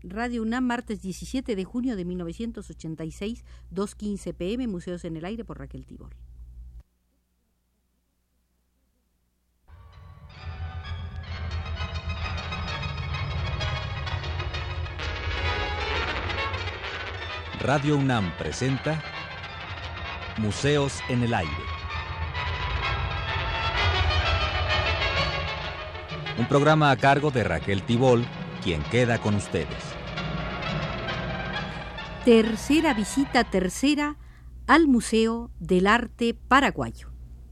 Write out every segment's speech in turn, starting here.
Radio UNAM, martes 17 de junio de 1986, 2:15 p.m., Museos en el Aire, por Raquel Tibol. Radio UNAM presenta Museos en el Aire. Un programa a cargo de Raquel Tibol, quien queda con ustedes. Tercera visita al Museo del Arte Paraguayo.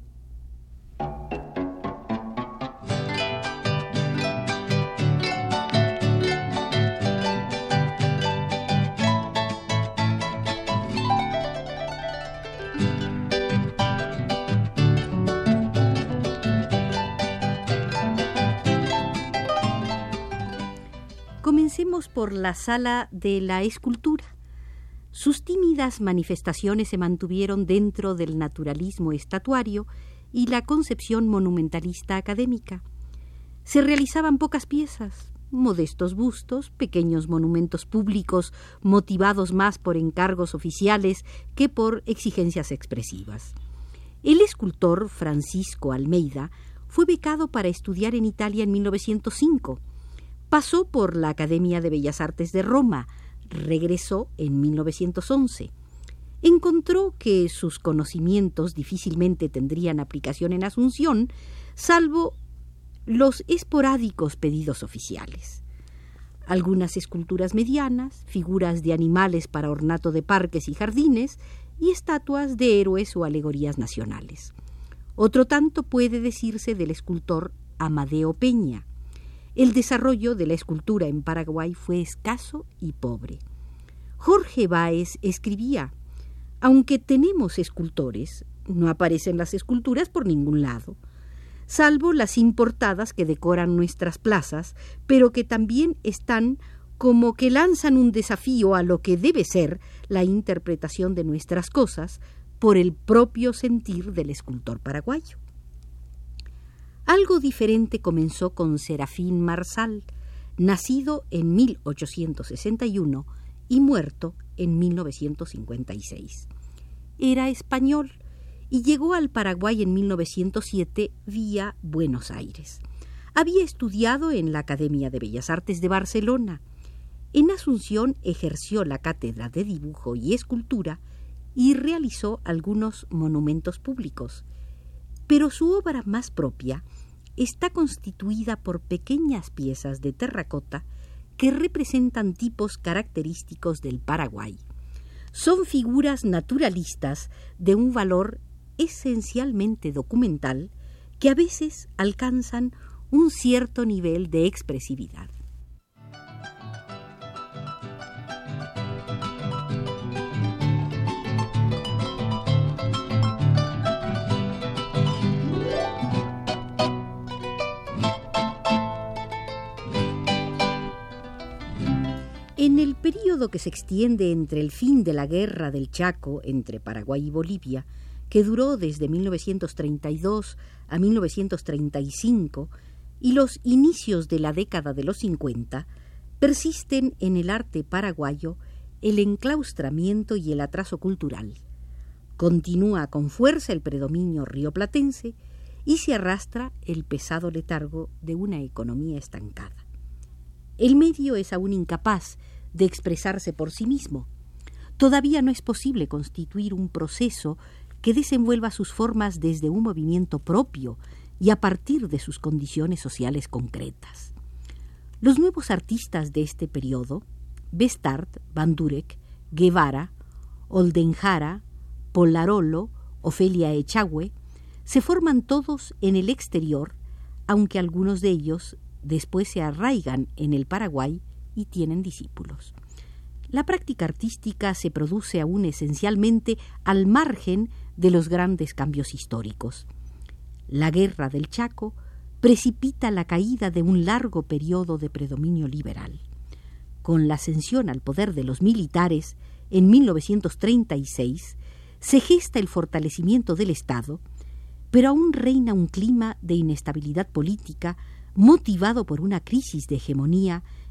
Comencemos por la Sala de la Escultura. Sus tímidas manifestaciones se mantuvieron dentro del naturalismo estatuario y la concepción monumentalista académica. Se realizaban pocas piezas, modestos bustos, pequeños monumentos públicos motivados más por encargos oficiales que por exigencias expresivas. El escultor Francisco Almeida fue becado para estudiar en Italia en 1905. Pasó por la Academia de Bellas Artes de Roma, regresó en 1911. Encontró que sus conocimientos difícilmente tendrían aplicación en Asunción, salvo los esporádicos pedidos oficiales. Algunas esculturas medianas, figuras de animales para ornato de parques y jardines, y estatuas de héroes o alegorías nacionales. Otro tanto puede decirse del escultor Amadeo Peña. El desarrollo de la escultura en Paraguay fue escaso y pobre. Jorge Báez escribía: aunque tenemos escultores, no aparecen las esculturas por ningún lado, salvo las importadas que decoran nuestras plazas, pero que también están como que lanzan un desafío a lo que debe ser la interpretación de nuestras cosas por el propio sentir del escultor paraguayo. Algo diferente comenzó con Serafín Marsal, nacido en 1861 y muerto en 1956. Era español y llegó al Paraguay en 1907 vía Buenos Aires. Había estudiado en la Academia de Bellas Artes de Barcelona. En Asunción ejerció la cátedra de dibujo y escultura y realizó algunos monumentos públicos. Pero su obra más propia está constituida por pequeñas piezas de terracota que representan tipos característicos del Paraguay. Son figuras naturalistas de un valor esencialmente documental que a veces alcanzan un cierto nivel de expresividad. En el período que se extiende entre el fin de la Guerra del Chaco entre Paraguay y Bolivia, que duró desde 1932 a 1935, y los inicios de la década de los 50, persisten en el arte paraguayo el enclaustramiento y el atraso cultural. Continúa con fuerza el predominio rioplatense y se arrastra el pesado letargo de una economía estancada. El medio es aún incapaz de expresarse por sí mismo. Todavía no es posible constituir un proceso que desenvuelva sus formas desde un movimiento propio y a partir de sus condiciones sociales concretas. Los nuevos artistas de este periodo, Bestart, Bandurek, Guevara, Oldenjara, Polarolo, Ofelia Echagüe, se forman todos en el exterior, aunque algunos de ellos después se arraigan en el Paraguay y tienen discípulos. La práctica artística se produce aún esencialmente al margen de los grandes cambios históricos. La Guerra del Chaco precipita la caída de un largo periodo de predominio liberal. Con la ascensión al poder de los militares en 1936, se gesta el fortalecimiento del Estado, pero aún reina un clima de inestabilidad política motivado por una crisis de hegemonía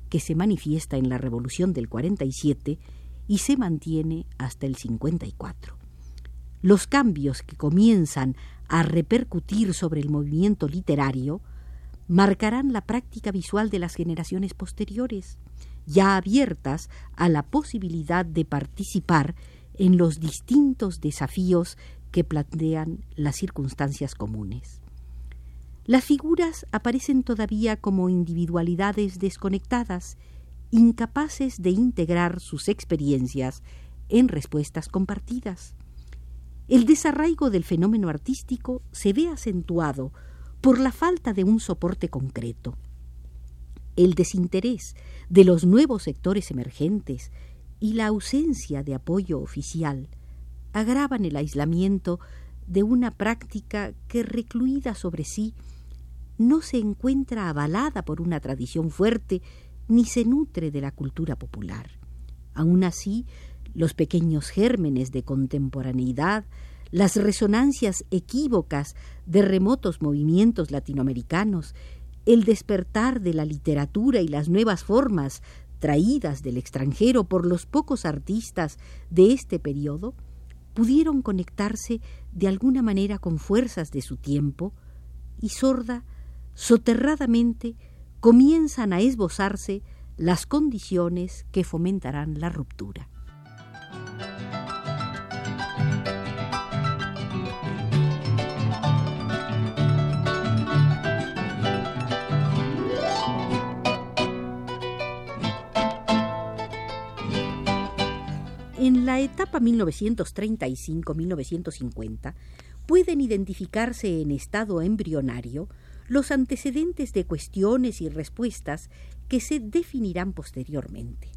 que se manifiesta en la Revolución del 47 y se mantiene hasta el 54. Los cambios que comienzan a repercutir sobre el movimiento literario marcarán la práctica visual de las generaciones posteriores, ya abiertas a la posibilidad de participar en los distintos desafíos que plantean las circunstancias comunes. Las figuras aparecen todavía como individualidades desconectadas, incapaces de integrar sus experiencias en respuestas compartidas. El desarraigo del fenómeno artístico se ve acentuado por la falta de un soporte concreto. El desinterés de los nuevos sectores emergentes y la ausencia de apoyo oficial agravan el aislamiento de una práctica que, recluida sobre sí, no se encuentra avalada por una tradición fuerte ni se nutre de la cultura popular. Aun así, los pequeños gérmenes de contemporaneidad, las resonancias equívocas de remotos movimientos latinoamericanos, el despertar de la literatura y las nuevas formas traídas del extranjero por los pocos artistas de este periodo, pudieron conectarse de alguna manera con fuerzas de su tiempo y soterradamente comienzan a esbozarse las condiciones que fomentarán la ruptura. En la etapa 1935-1950 pueden identificarse en estado embrionario los antecedentes de cuestiones y respuestas que se definirán posteriormente.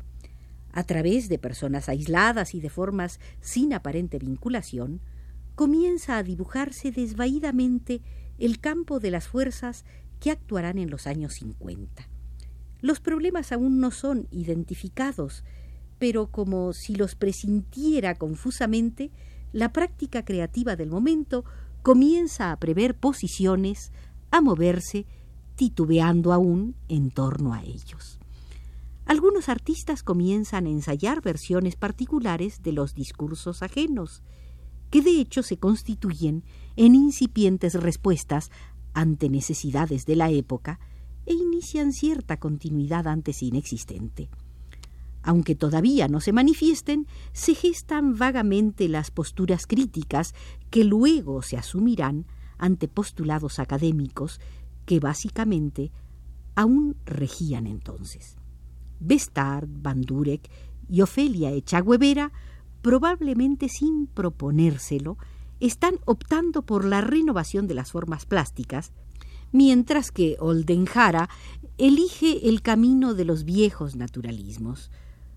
A través de personas aisladas y de formas sin aparente vinculación, comienza a dibujarse desvaídamente el campo de las fuerzas que actuarán en los años 50. Los problemas aún no son identificados, pero como si los presintiera confusamente, la práctica creativa del momento comienza a prever posiciones, a moverse, titubeando aún en torno a ellos. Algunos artistas comienzan a ensayar versiones particulares de los discursos ajenos, que de hecho se constituyen en incipientes respuestas ante necesidades de la época e inician cierta continuidad antes inexistente. Aunque todavía no se manifiesten, se gestan vagamente las posturas críticas que luego se asumirán ante postulados académicos que básicamente aún regían entonces. Bestard, Bandurek y Ofelia Echaguevera, probablemente sin proponérselo, están optando por la renovación de las formas plásticas, mientras que Oldenhara elige el camino de los viejos naturalismos.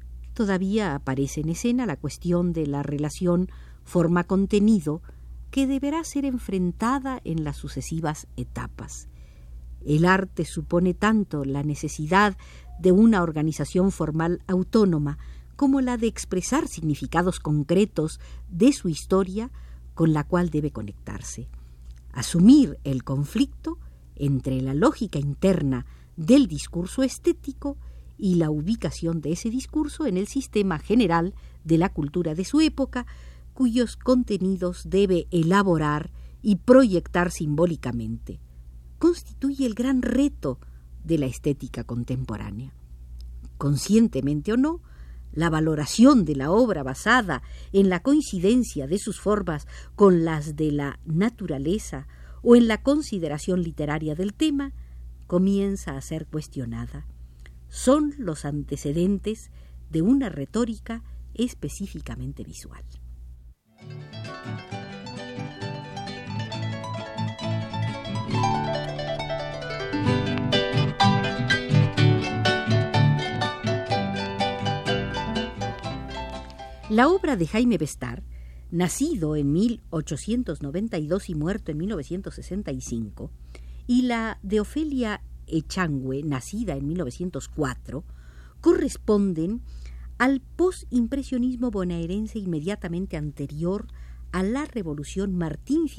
Todavía aparece en escena la cuestión de la relación forma-contenido que deberá ser enfrentada en las sucesivas etapas. El arte supone tanto la necesidad de una organización formal autónoma como la de expresar significados concretos de su historia con la cual debe conectarse. Asumir el conflicto entre la lógica interna del discurso estético y la ubicación de ese discurso en el sistema general de la cultura de su época, cuyos contenidos debe elaborar y proyectar simbólicamente, constituye el gran reto de la estética contemporánea. Conscientemente o no, la valoración de la obra basada en la coincidencia de sus formas con las de la naturaleza o en la consideración literaria del tema comienza a ser cuestionada. Son los antecedentes de una retórica específicamente visual. La obra de Jaime Bestard, nacido en 1892 y muerto en 1965, y la de Ofelia Echagüe, nacida en 1904, corresponden al posimpresionismo bonaerense inmediatamente anterior a la revolución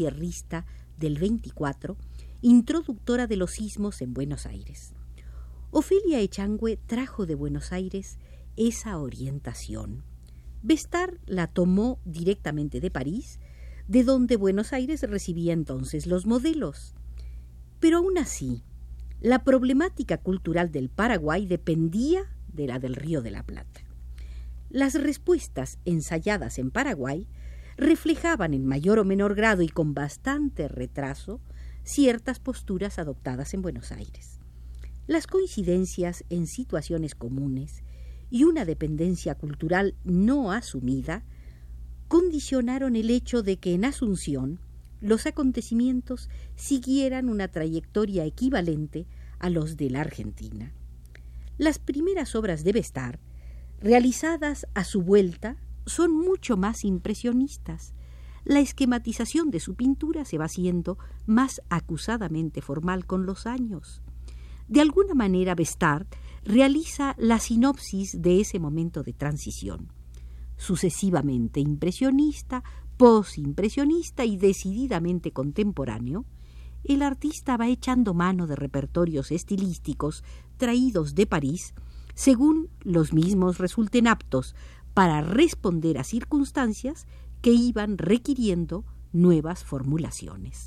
martín-fierrista del 24, introductora de los sismos en Buenos Aires. Ofelia Echagüe trajo de Buenos Aires esa orientación. Bestard la tomó directamente de París, de donde Buenos Aires recibía entonces los modelos. Pero aún así, la problemática cultural del Paraguay dependía de la del Río de la Plata. Las respuestas ensayadas en Paraguay reflejaban en mayor o menor grado y con bastante retraso ciertas posturas adoptadas en Buenos Aires. Las coincidencias en situaciones comunes y una dependencia cultural no asumida condicionaron el hecho de que en Asunción los acontecimientos siguieran una trayectoria equivalente a los de la Argentina. Las primeras obras de Bestard, realizadas a su vuelta, son mucho más impresionistas. La esquematización de su pintura se va haciendo más acusadamente formal con los años. De alguna manera, Bestard realiza la sinopsis de ese momento de transición. Sucesivamente impresionista, posimpresionista y decididamente contemporáneo, el artista va echando mano de repertorios estilísticos traídos de París, según los mismos resulten aptos para responder a circunstancias que iban requiriendo nuevas formulaciones.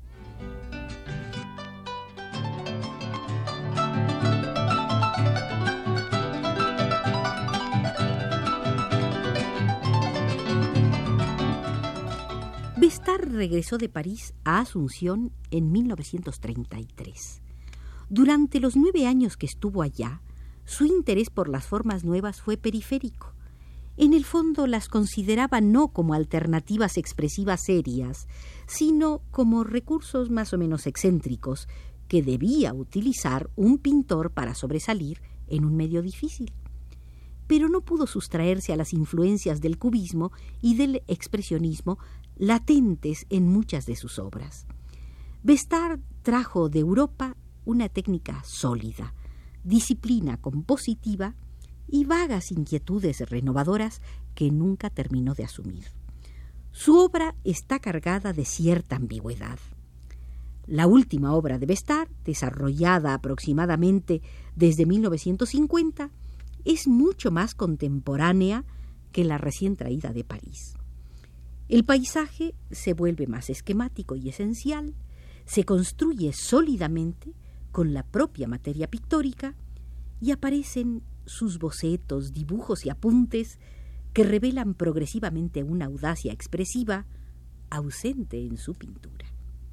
Bestard regresó de París a Asunción en 1933. Durante los 9 años que estuvo allá, su interés por las formas nuevas fue periférico. En el fondo las consideraba no como alternativas expresivas serias, sino como recursos más o menos excéntricos que debía utilizar un pintor para sobresalir en un medio difícil. Pero no pudo sustraerse a las influencias del cubismo y del expresionismo latentes en muchas de sus obras. Bestard trajo de Europa una técnica sólida, disciplina compositiva y vagas inquietudes renovadoras que nunca terminó de asumir. Su obra está cargada de cierta ambigüedad. La última obra de Bestard, desarrollada aproximadamente desde 1950, es mucho más contemporánea que la recién traída de París. El paisaje se vuelve más esquemático y esencial, se construye sólidamente con la propia materia pictórica y aparecen sus bocetos, dibujos y apuntes que revelan progresivamente una audacia expresiva ausente en su pintura.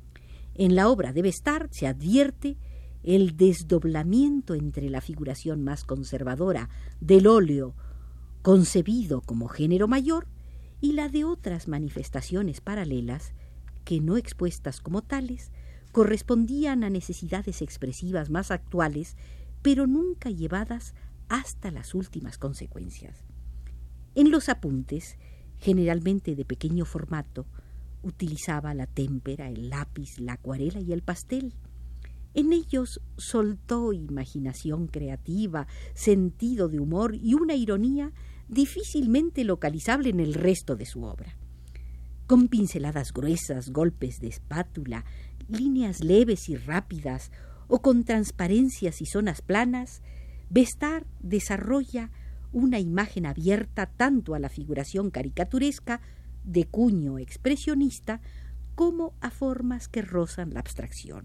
En la obra de Bestard se advierte el desdoblamiento entre la figuración más conservadora del óleo, concebido como género mayor, y la de otras manifestaciones paralelas que, no expuestas como tales, correspondían a necesidades expresivas más actuales, pero nunca llevadas hasta las últimas consecuencias. En los apuntes, generalmente de pequeño formato, utilizaba la témpera, el lápiz, la acuarela y el pastel. En ellos soltó imaginación creativa, sentido de humor y una ironía difícilmente localizable en el resto de su obra. Con pinceladas gruesas, golpes de espátula, líneas leves y rápidas, o con transparencias y zonas planas, Bestard desarrolla una imagen abierta tanto a la figuración caricaturesca de cuño expresionista como a formas que rozan la abstracción.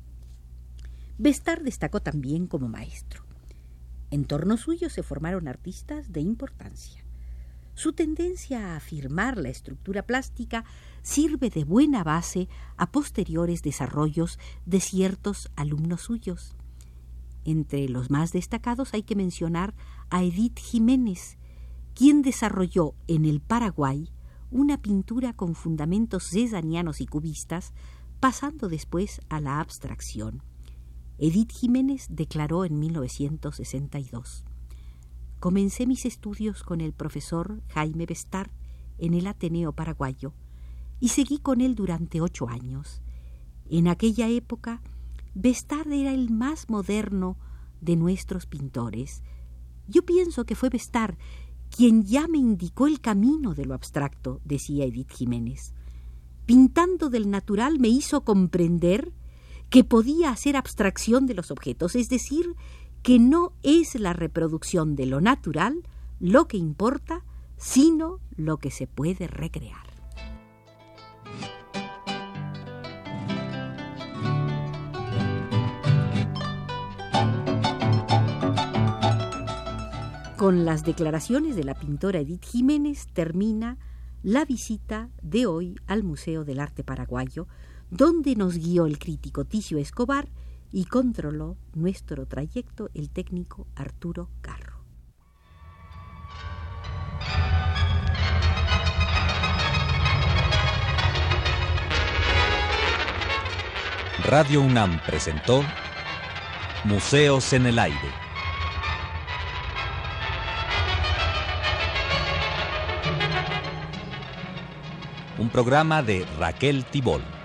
Bestard destacó también como maestro. En torno suyo se formaron artistas de importancia. Su tendencia a afirmar la estructura plástica sirve de buena base a posteriores desarrollos de ciertos alumnos suyos. Entre los más destacados hay que mencionar a Edith Jiménez, quien desarrolló en el Paraguay una pintura con fundamentos cesarianos y cubistas, pasando después a la abstracción. Edith Jiménez declaró en 1962: «Comencé mis estudios con el profesor Jaime Bestard en el Ateneo Paraguayo y seguí con él durante 8 años. En aquella época, Bestard era el más moderno de nuestros pintores. Yo pienso que fue Bestard quien ya me indicó el camino de lo abstracto», decía Edith Jiménez. «Pintando del natural me hizo comprender que podía hacer abstracción de los objetos, es decir, que no es la reproducción de lo natural lo que importa, sino lo que se puede recrear. Con las declaraciones de la pintora Edith Jiménez termina la visita de hoy al Museo del Arte Paraguayo, donde nos guió el crítico Ticio Escobar y controló nuestro trayecto el técnico Arturo Carro. Radio UNAM presentó Museos en el Aire. Un programa de Raquel Tibol.